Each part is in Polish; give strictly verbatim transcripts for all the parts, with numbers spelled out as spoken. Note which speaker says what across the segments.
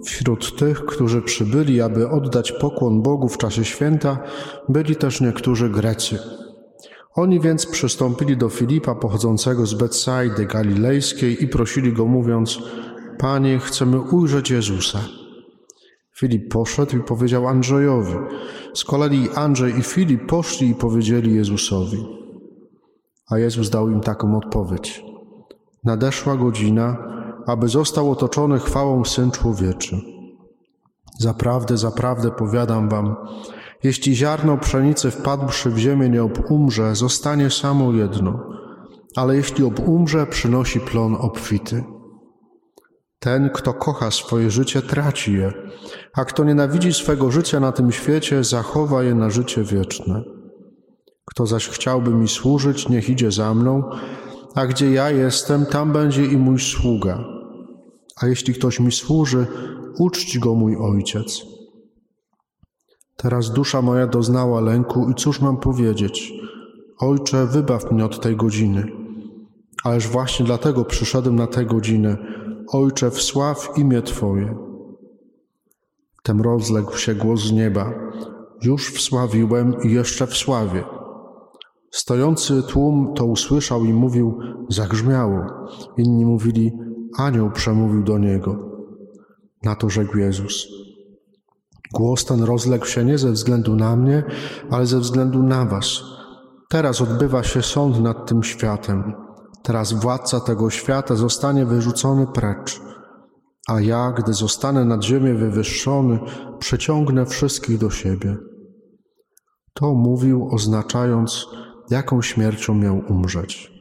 Speaker 1: Wśród tych, którzy przybyli, aby oddać pokłon Bogu w czasie święta, byli też niektórzy Grecy. Oni więc przystąpili do Filipa pochodzącego z Betsaidy Galilejskiej i prosili go, mówiąc: Panie, chcemy ujrzeć Jezusa. Filip poszedł i powiedział Andrzejowi. Z kolei Andrzej i Filip poszli i powiedzieli Jezusowi. A Jezus dał im taką odpowiedź. Nadeszła godzina, aby został otoczony chwałą Syn Człowieczy. Zaprawdę, zaprawdę powiadam wam, jeśli ziarno pszenicy wpadłszy w ziemię nie obumrze, zostanie samo jedno, ale jeśli obumrze, przynosi plon obfity. Ten, kto kocha swoje życie, traci je, a kto nienawidzi swego życia na tym świecie, zachowa je na życie wieczne. Kto zaś chciałby mi służyć, niech idzie za mną, a gdzie ja jestem, tam będzie i mój sługa. A jeśli ktoś mi służy, uczci go mój Ojciec. Teraz dusza moja doznała lęku i cóż mam powiedzieć? Ojcze, wybaw mnie od tej godziny. Ależ właśnie dlatego przyszedłem na tę godzinę. Ojcze, wsław imię Twoje. Wtem rozległ się głos z nieba. Już wsławiłem i jeszcze wsławię. Stojący tłum to usłyszał i mówił, zagrzmiało. Inni mówili, anioł przemówił do niego. Na to rzekł Jezus. Głos ten rozległ się nie ze względu na mnie, ale ze względu na was. Teraz odbywa się sąd nad tym światem. Teraz władca tego świata zostanie wyrzucony precz. A ja, gdy zostanę nad ziemię wywyższony, przyciągnę wszystkich do siebie. To mówił, oznaczając, jaką śmiercią miał umrzeć.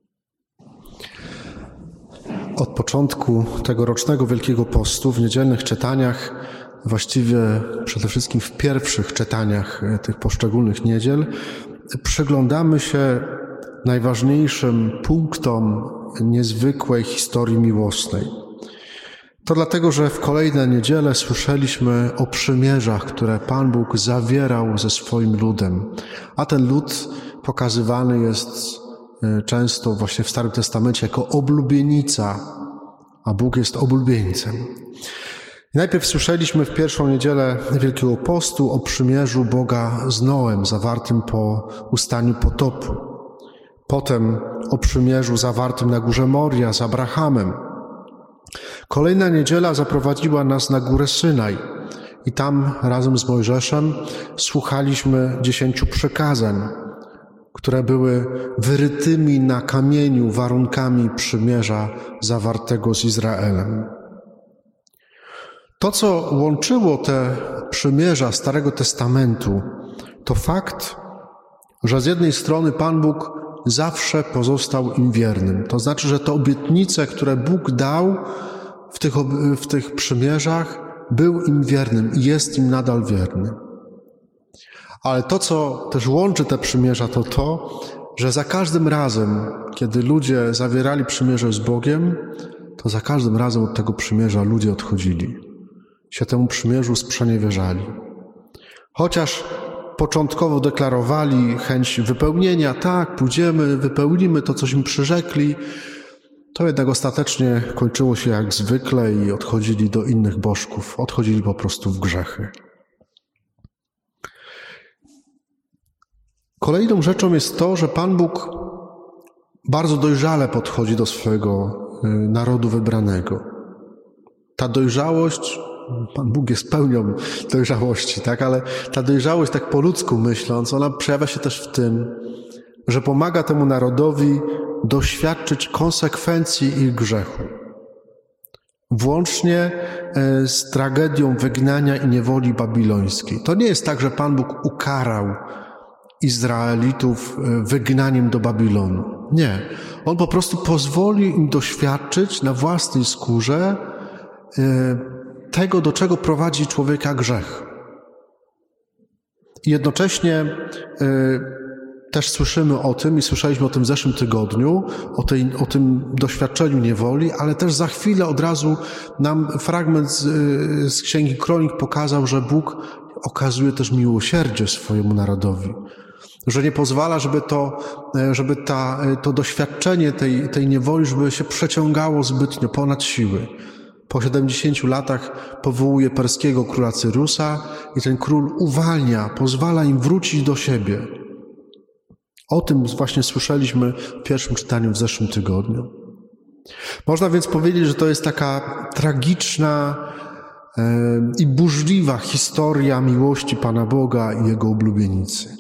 Speaker 1: Od początku tegorocznego Wielkiego Postu w niedzielnych czytaniach, właściwie przede wszystkim w pierwszych czytaniach tych poszczególnych niedziel, przyglądamy się najważniejszym punktom niezwykłej historii miłosnej. To dlatego, że w kolejne niedziele słyszeliśmy o przymierzach, które Pan Bóg zawierał ze swoim ludem, a ten lud pokazywany jest często właśnie w Starym Testamencie jako oblubienica, a Bóg jest oblubieńcem. I najpierw słyszeliśmy w pierwszą niedzielę Wielkiego Postu o przymierzu Boga z Noem, zawartym po ustaniu potopu. Potem o przymierzu zawartym na górze Moria z Abrahamem. Kolejna niedziela zaprowadziła nas na górę Synaj i tam razem z Mojżeszem słuchaliśmy dziesięciu przykazań, które były wyrytymi na kamieniu warunkami przymierza zawartego z Izraelem. To, co łączyło te przymierza Starego Testamentu, to fakt, że z jednej strony Pan Bóg zawsze pozostał im wiernym. To znaczy, że te obietnice, które Bóg dał w tych, w tych przymierzach, był im wiernym i jest im nadal wierny. Ale to, co też łączy te przymierza, to to, że za każdym razem, kiedy ludzie zawierali przymierze z Bogiem, to za każdym razem od tego przymierza ludzie odchodzili. Się temu przymierzu sprzeniewierzali. Chociaż początkowo deklarowali chęć wypełnienia, tak, pójdziemy, wypełnimy to, coś im przyrzekli, to jednak ostatecznie kończyło się jak zwykle i odchodzili do innych bożków, odchodzili po prostu w grzechy. Kolejną rzeczą jest to, że Pan Bóg bardzo dojrzale podchodzi do swojego narodu wybranego. Ta dojrzałość, Pan Bóg jest pełnią dojrzałości, tak, ale ta dojrzałość, tak po ludzku myśląc, ona przejawia się też w tym, że pomaga temu narodowi doświadczyć konsekwencji ich grzechu. Włącznie z tragedią wygnania i niewoli babilońskiej. To nie jest tak, że Pan Bóg ukarał Izraelitów wygnaniem do Babilonu. Nie. On po prostu pozwolił im doświadczyć na własnej skórze tego, do czego prowadzi człowieka grzech. I jednocześnie też słyszymy o tym i słyszeliśmy o tym w zeszłym tygodniu, o, tej, o tym doświadczeniu niewoli, ale też za chwilę od razu nam fragment z, z Księgi Kronik pokazał, że Bóg okazuje też miłosierdzie swojemu narodowi. Że nie pozwala, żeby to, żeby ta, to doświadczenie tej, tej niewoli, żeby się przeciągało zbytnio ponad siły. Po siedemdziesięciu latach powołuje perskiego króla Cyrusa i ten król uwalnia, pozwala im wrócić do siebie. O tym właśnie słyszeliśmy w pierwszym czytaniu w zeszłym tygodniu. Można więc powiedzieć, że to jest taka tragiczna e, i burzliwa historia miłości Pana Boga i Jego oblubienicy.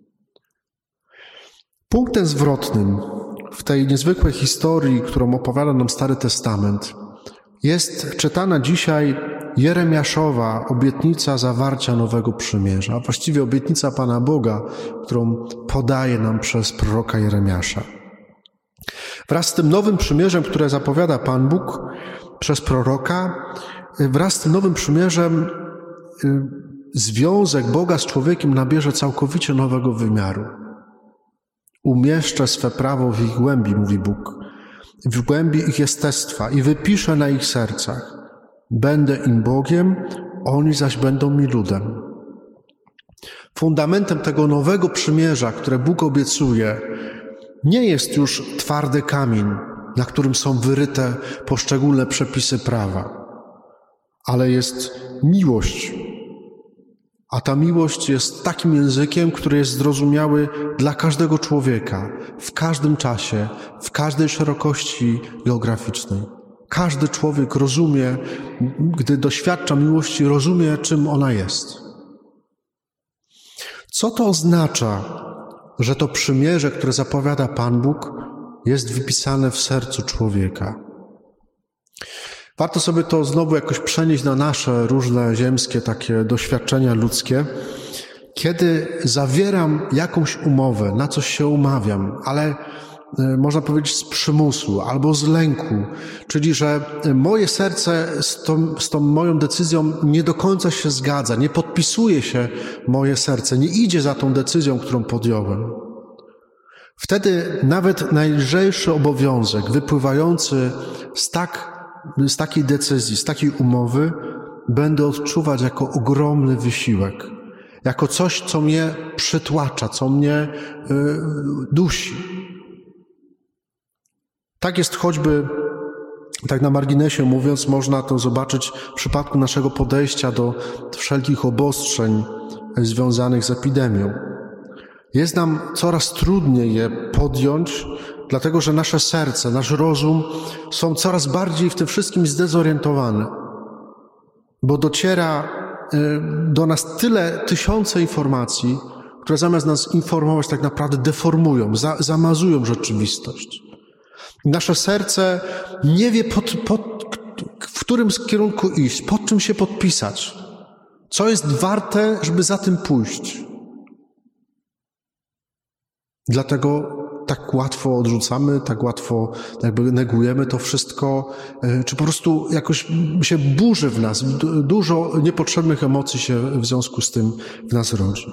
Speaker 1: Punktem zwrotnym w tej niezwykłej historii, którą opowiada nam Stary Testament, jest czytana dzisiaj Jeremiaszowa obietnica zawarcia nowego przymierza, a właściwie obietnica Pana Boga, którą podaje nam przez proroka Jeremiasza. Wraz z tym nowym przymierzem, które zapowiada Pan Bóg przez proroka, wraz z tym nowym przymierzem związek Boga z człowiekiem nabierze całkowicie nowego wymiaru. Umieszczę swe prawo w ich głębi, mówi Bóg, w głębi ich jestestwa i wypiszę na ich sercach. Będę im Bogiem, oni zaś będą mi ludem. Fundamentem tego nowego przymierza, które Bóg obiecuje, nie jest już twardy kamień, na którym są wyryte poszczególne przepisy prawa, ale jest miłość. A ta miłość jest takim językiem, który jest zrozumiały dla każdego człowieka, w każdym czasie, w każdej szerokości geograficznej. Każdy człowiek rozumie, gdy doświadcza miłości, rozumie, czym ona jest. Co to oznacza, że to przymierze, które zapowiada Pan Bóg, jest wypisane w sercu człowieka? Warto sobie to znowu jakoś przenieść na nasze różne ziemskie takie doświadczenia ludzkie. Kiedy zawieram jakąś umowę, na coś się umawiam, ale można powiedzieć z przymusu albo z lęku, czyli że moje serce z tą, z tą moją decyzją nie do końca się zgadza, nie podpisuje się moje serce, nie idzie za tą decyzją, którą podjąłem. Wtedy nawet najlżejszy obowiązek wypływający z, tak, z takiej decyzji, z takiej umowy będę odczuwać jako ogromny wysiłek, jako coś, co mnie przytłacza, co mnie yy, dusi. Tak jest choćby, tak na marginesie mówiąc, można to zobaczyć w przypadku naszego podejścia do wszelkich obostrzeń związanych z epidemią. Jest nam coraz trudniej je podjąć, dlatego że nasze serce, nasz rozum są coraz bardziej w tym wszystkim zdezorientowane, bo dociera do nas tyle, tysiące informacji, które zamiast nas informować tak naprawdę deformują, za, zamazują rzeczywistość. Nasze serce nie wie, pod, pod, w którym kierunku iść, pod czym się podpisać, co jest warte, żeby za tym pójść. Dlatego tak łatwo odrzucamy, tak łatwo jakby negujemy to wszystko, czy po prostu jakoś się burzy w nas, dużo niepotrzebnych emocji się w związku z tym w nas rodzi.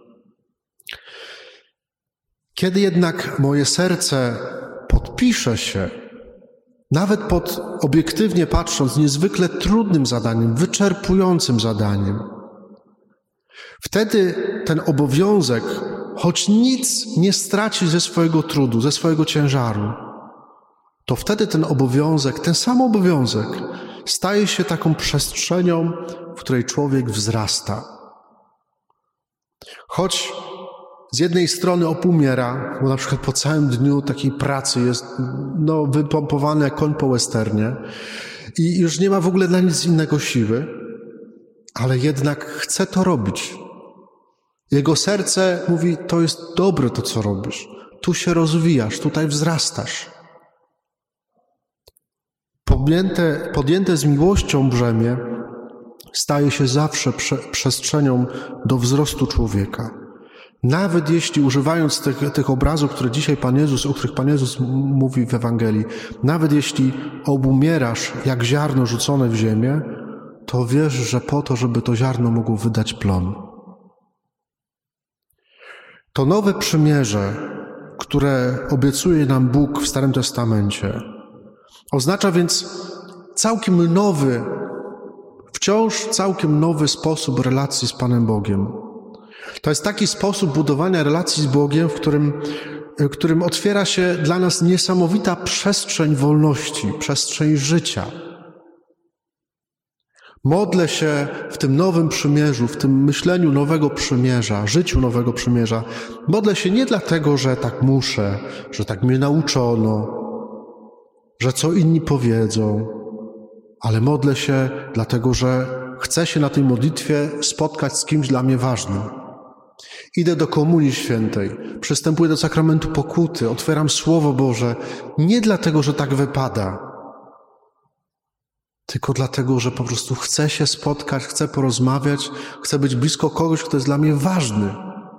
Speaker 1: Kiedy jednak moje serce podpisze się, nawet pod obiektywnie patrząc, niezwykle trudnym zadaniem, wyczerpującym zadaniem, wtedy ten obowiązek, choć nic nie straci ze swojego trudu, ze swojego ciężaru, to wtedy ten obowiązek, ten sam obowiązek staje się taką przestrzenią, w której człowiek wzrasta. Choć z jednej strony opumiera, bo na przykład po całym dniu takiej pracy jest no, wypompowany jak koń po westernie i już nie ma w ogóle na nic innego siły, ale jednak chce to robić. Jego serce mówi, to jest dobre to, co robisz. Tu się rozwijasz, tutaj wzrastasz. Podjęte, podjęte z miłością brzemię staje się zawsze prze, przestrzenią do wzrostu człowieka. Nawet jeśli używając tych, tych obrazów, które dzisiaj Pan Jezus, o których Pan Jezus mówi w Ewangelii, nawet jeśli obumierasz jak ziarno rzucone w ziemię, to wiesz, że po to, żeby to ziarno mogło wydać plon. To nowe przymierze, które obiecuje nam Bóg w Starym Testamencie, oznacza więc całkiem nowy, wciąż całkiem nowy sposób relacji z Panem Bogiem. To jest taki sposób budowania relacji z Bogiem, w którym, w którym otwiera się dla nas niesamowita przestrzeń wolności, przestrzeń życia. Modlę się w tym nowym przymierzu, w tym myśleniu nowego przymierza, życiu nowego przymierza. Modlę się nie dlatego, że tak muszę, że tak mnie nauczono, że co inni powiedzą, ale modlę się dlatego, że chcę się na tej modlitwie spotkać z kimś dla mnie ważnym. Idę do Komunii Świętej, przystępuję do sakramentu pokuty, otwieram Słowo Boże, nie dlatego, że tak wypada, tylko dlatego, że po prostu chcę się spotkać, chcę porozmawiać, chcę być blisko kogoś, kto jest dla mnie ważny.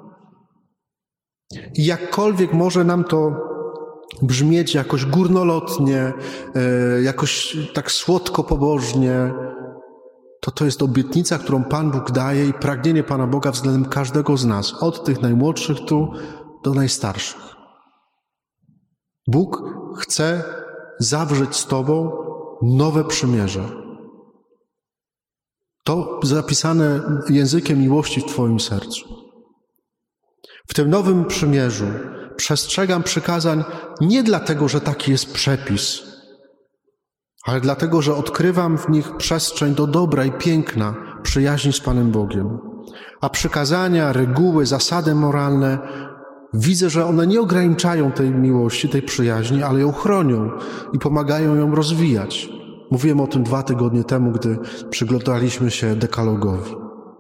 Speaker 1: I jakkolwiek może nam to brzmieć jakoś górnolotnie, jakoś tak słodko pobożnie, to to jest obietnica, którą Pan Bóg daje i pragnienie Pana Boga względem każdego z nas, od tych najmłodszych tu do najstarszych. Bóg chce zawrzeć z Tobą nowe przymierze. To zapisane językiem miłości w Twoim sercu. W tym nowym przymierzu przestrzegam przykazań nie dlatego, że taki jest przepis, ale dlatego, że odkrywam w nich przestrzeń do dobra i piękna, przyjaźni z Panem Bogiem. A przykazania, reguły, zasady moralne, widzę, że one nie ograniczają tej miłości, tej przyjaźni, ale ją chronią i pomagają ją rozwijać. Mówiłem o tym dwa tygodnie temu, gdy przyglądaliśmy się dekalogowi.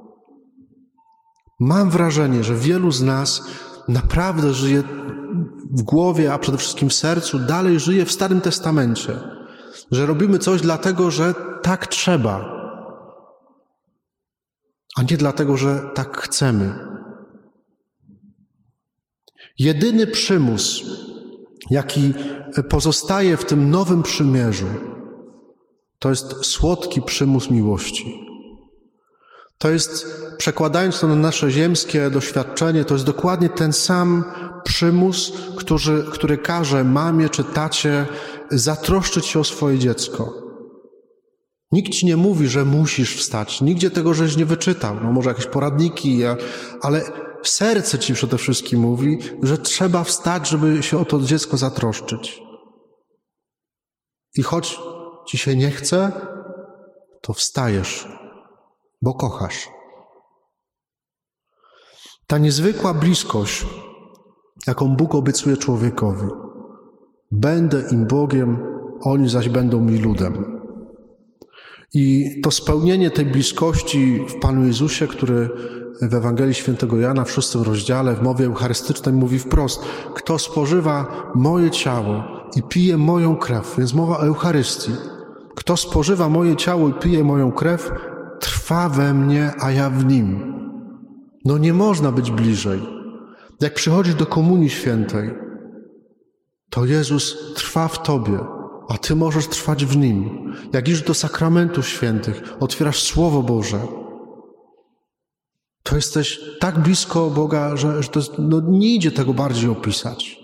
Speaker 1: Mam wrażenie, że wielu z nas naprawdę żyje w głowie, a przede wszystkim w sercu, dalej żyje w Starym Testamencie. Że robimy coś dlatego, że tak trzeba, a nie dlatego, że tak chcemy. Jedyny przymus, jaki pozostaje w tym nowym przymierzu, to jest słodki przymus miłości. To jest, przekładając to na nasze ziemskie doświadczenie, to jest dokładnie ten sam przymus, który, który każe mamie czy tacie zatroszczyć się o swoje dziecko. Nikt ci nie mówi, że musisz wstać. Nigdzie tego żeś nie wyczytał. No może jakieś poradniki, ale serce ci przede wszystkim mówi, że trzeba wstać, żeby się o to dziecko zatroszczyć. I choć ci się nie chce, to wstajesz, bo kochasz. Ta niezwykła bliskość, jaką Bóg obiecuje człowiekowi. Będę im Bogiem, oni zaś będą mi ludem. I to spełnienie tej bliskości w Panu Jezusie, który w Ewangelii Świętego Jana w szóstym rozdziale w mowie eucharystycznej mówi wprost: kto spożywa moje ciało i pije moją krew, więc mowa o Eucharystii. Kto spożywa moje ciało i pije moją krew, trwa we mnie, a ja w nim. No nie można być bliżej. Jak przychodzisz do Komunii Świętej, to Jezus trwa w Tobie, a Ty możesz trwać w Nim. Jak idziesz do sakramentów świętych, otwierasz Słowo Boże, to jesteś tak blisko Boga, że, że to jest, no nie idzie tego bardziej opisać.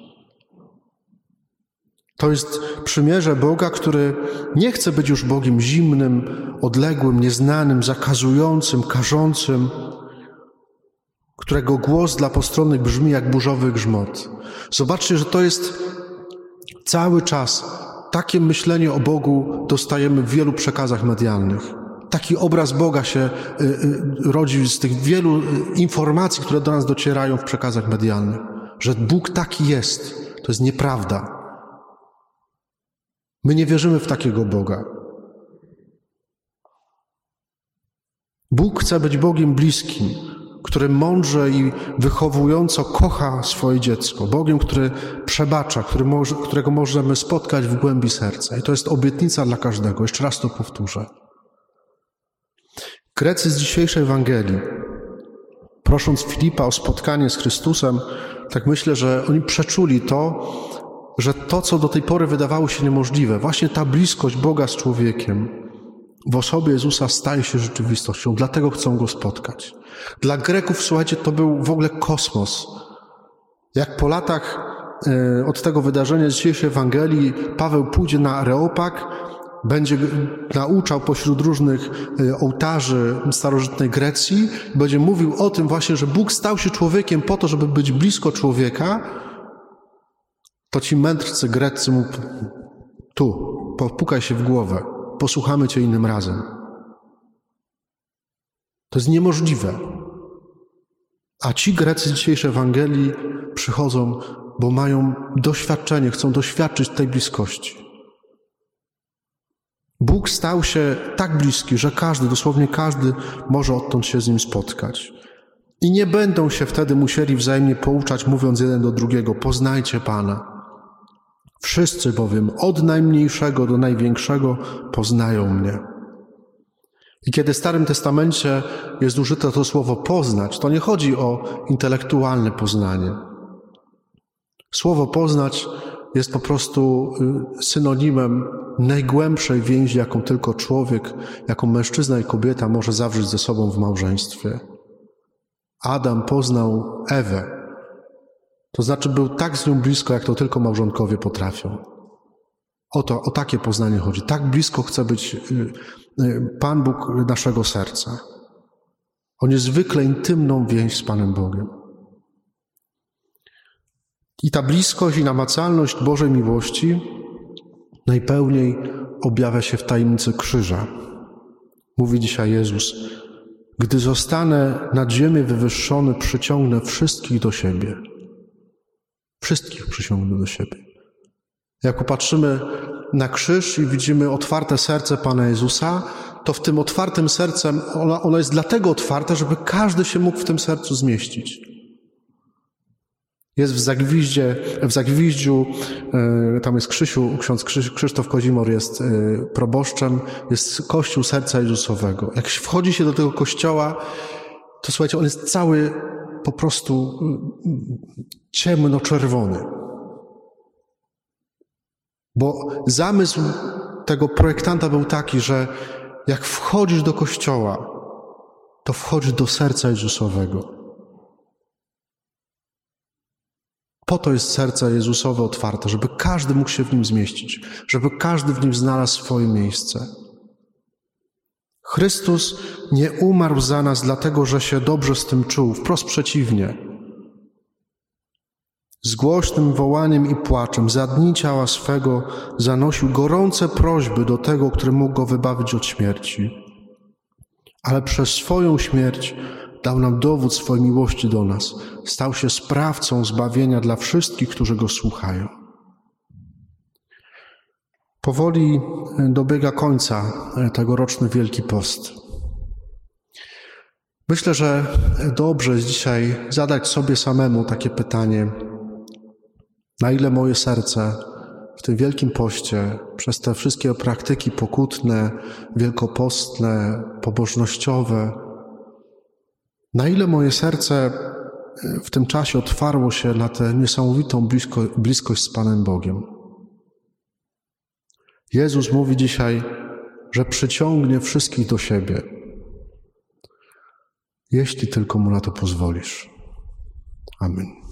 Speaker 1: To jest przymierze Boga, który nie chce być już Bogiem zimnym, odległym, nieznanym, zakazującym, karzącym, którego głos dla postronnych brzmi jak burzowy grzmot. Zobaczcie, że to jest cały czas takie myślenie o Bogu dostajemy w wielu przekazach medialnych. Taki obraz Boga się y, y, rodzi z tych wielu informacji, które do nas docierają w przekazach medialnych. Że Bóg taki jest. To jest nieprawda. My nie wierzymy w takiego Boga. Bóg chce być Bogiem bliskim, który mądrze i wychowująco kocha swoje dziecko. Bogiem, który przebacza, który może, którego możemy spotkać w głębi serca. I to jest obietnica dla każdego. Jeszcze raz to powtórzę. Grecy z dzisiejszej Ewangelii, prosząc Filipa o spotkanie z Chrystusem, tak myślę, że oni przeczuli to, że to, co do tej pory wydawało się niemożliwe, właśnie ta bliskość Boga z człowiekiem w osobie Jezusa staje się rzeczywistością, dlatego chcą Go spotkać. Dla Greków, słuchajcie, to był w ogóle kosmos. Jak po latach e, od tego wydarzenia z dzisiejszej Ewangelii Paweł pójdzie na Areopag, będzie nauczał pośród różnych e, ołtarzy starożytnej Grecji, będzie mówił o tym właśnie, że Bóg stał się człowiekiem po to, żeby być blisko człowieka, to ci mędrcy greccy mu tu, popukaj się w głowę, posłuchamy Cię innym razem. To jest niemożliwe. A ci Grecy z dzisiejszej Ewangelii przychodzą, bo mają doświadczenie, chcą doświadczyć tej bliskości. Bóg stał się tak bliski, że każdy, dosłownie każdy może odtąd się z Nim spotkać. I nie będą się wtedy musieli wzajemnie pouczać, mówiąc jeden do drugiego: poznajcie Pana. Wszyscy bowiem, od najmniejszego do największego, poznają mnie. I kiedy w Starym Testamencie jest użyte to słowo poznać, to nie chodzi o intelektualne poznanie. Słowo poznać jest po prostu synonimem najgłębszej więzi, jaką tylko człowiek, jaką mężczyzna i kobieta może zawrzeć ze sobą w małżeństwie. Adam poznał Ewę. To znaczy był tak z nią blisko, jak to tylko małżonkowie potrafią. O to, o takie poznanie chodzi. Tak blisko chce być Pan Bóg naszego serca. O niezwykle intymną więź z Panem Bogiem. I ta bliskość i namacalność Bożej miłości najpełniej objawia się w tajemnicy krzyża. Mówi dzisiaj Jezus: gdy zostanę nad ziemię wywyższony, przyciągnę wszystkich do siebie. Wszystkich przyciągnę do siebie. Jak popatrzymy na krzyż i widzimy otwarte serce Pana Jezusa, to w tym otwartym sercem, ono, ono jest dlatego otwarte, żeby każdy się mógł w tym sercu zmieścić. Jest w Zagwiździe, w Zagwiździu, tam jest Krzysiu, ksiądz Krzysztof Kozimor jest proboszczem, jest Kościół Serca Jezusowego. Jak wchodzi się do tego kościoła, to słuchajcie, on jest cały po prostu ciemno-czerwony. Bo zamysł tego projektanta był taki, że jak wchodzisz do kościoła, to wchodzisz do serca Jezusowego. Po to jest serce Jezusowe otwarte, żeby każdy mógł się w nim zmieścić, żeby każdy w nim znalazł swoje miejsce. Chrystus nie umarł za nas dlatego, że się dobrze z tym czuł, wprost przeciwnie. Z głośnym wołaniem i płaczem za dni ciała swego zanosił gorące prośby do tego, który mógł go wybawić od śmierci. Ale przez swoją śmierć dał nam dowód swojej miłości do nas. Stał się sprawcą zbawienia dla wszystkich, którzy go słuchają. Powoli dobiega końca tegoroczny Wielki Post. Myślę, że dobrze jest dzisiaj zadać sobie samemu takie pytanie: na ile moje serce w tym Wielkim Poście, przez te wszystkie praktyki pokutne, wielkopostne, pobożnościowe, na ile moje serce w tym czasie otwarło się na tę niesamowitą blisko, bliskość z Panem Bogiem. Jezus mówi dzisiaj, że przyciągnie wszystkich do siebie, jeśli tylko Mu na to pozwolisz. Amen.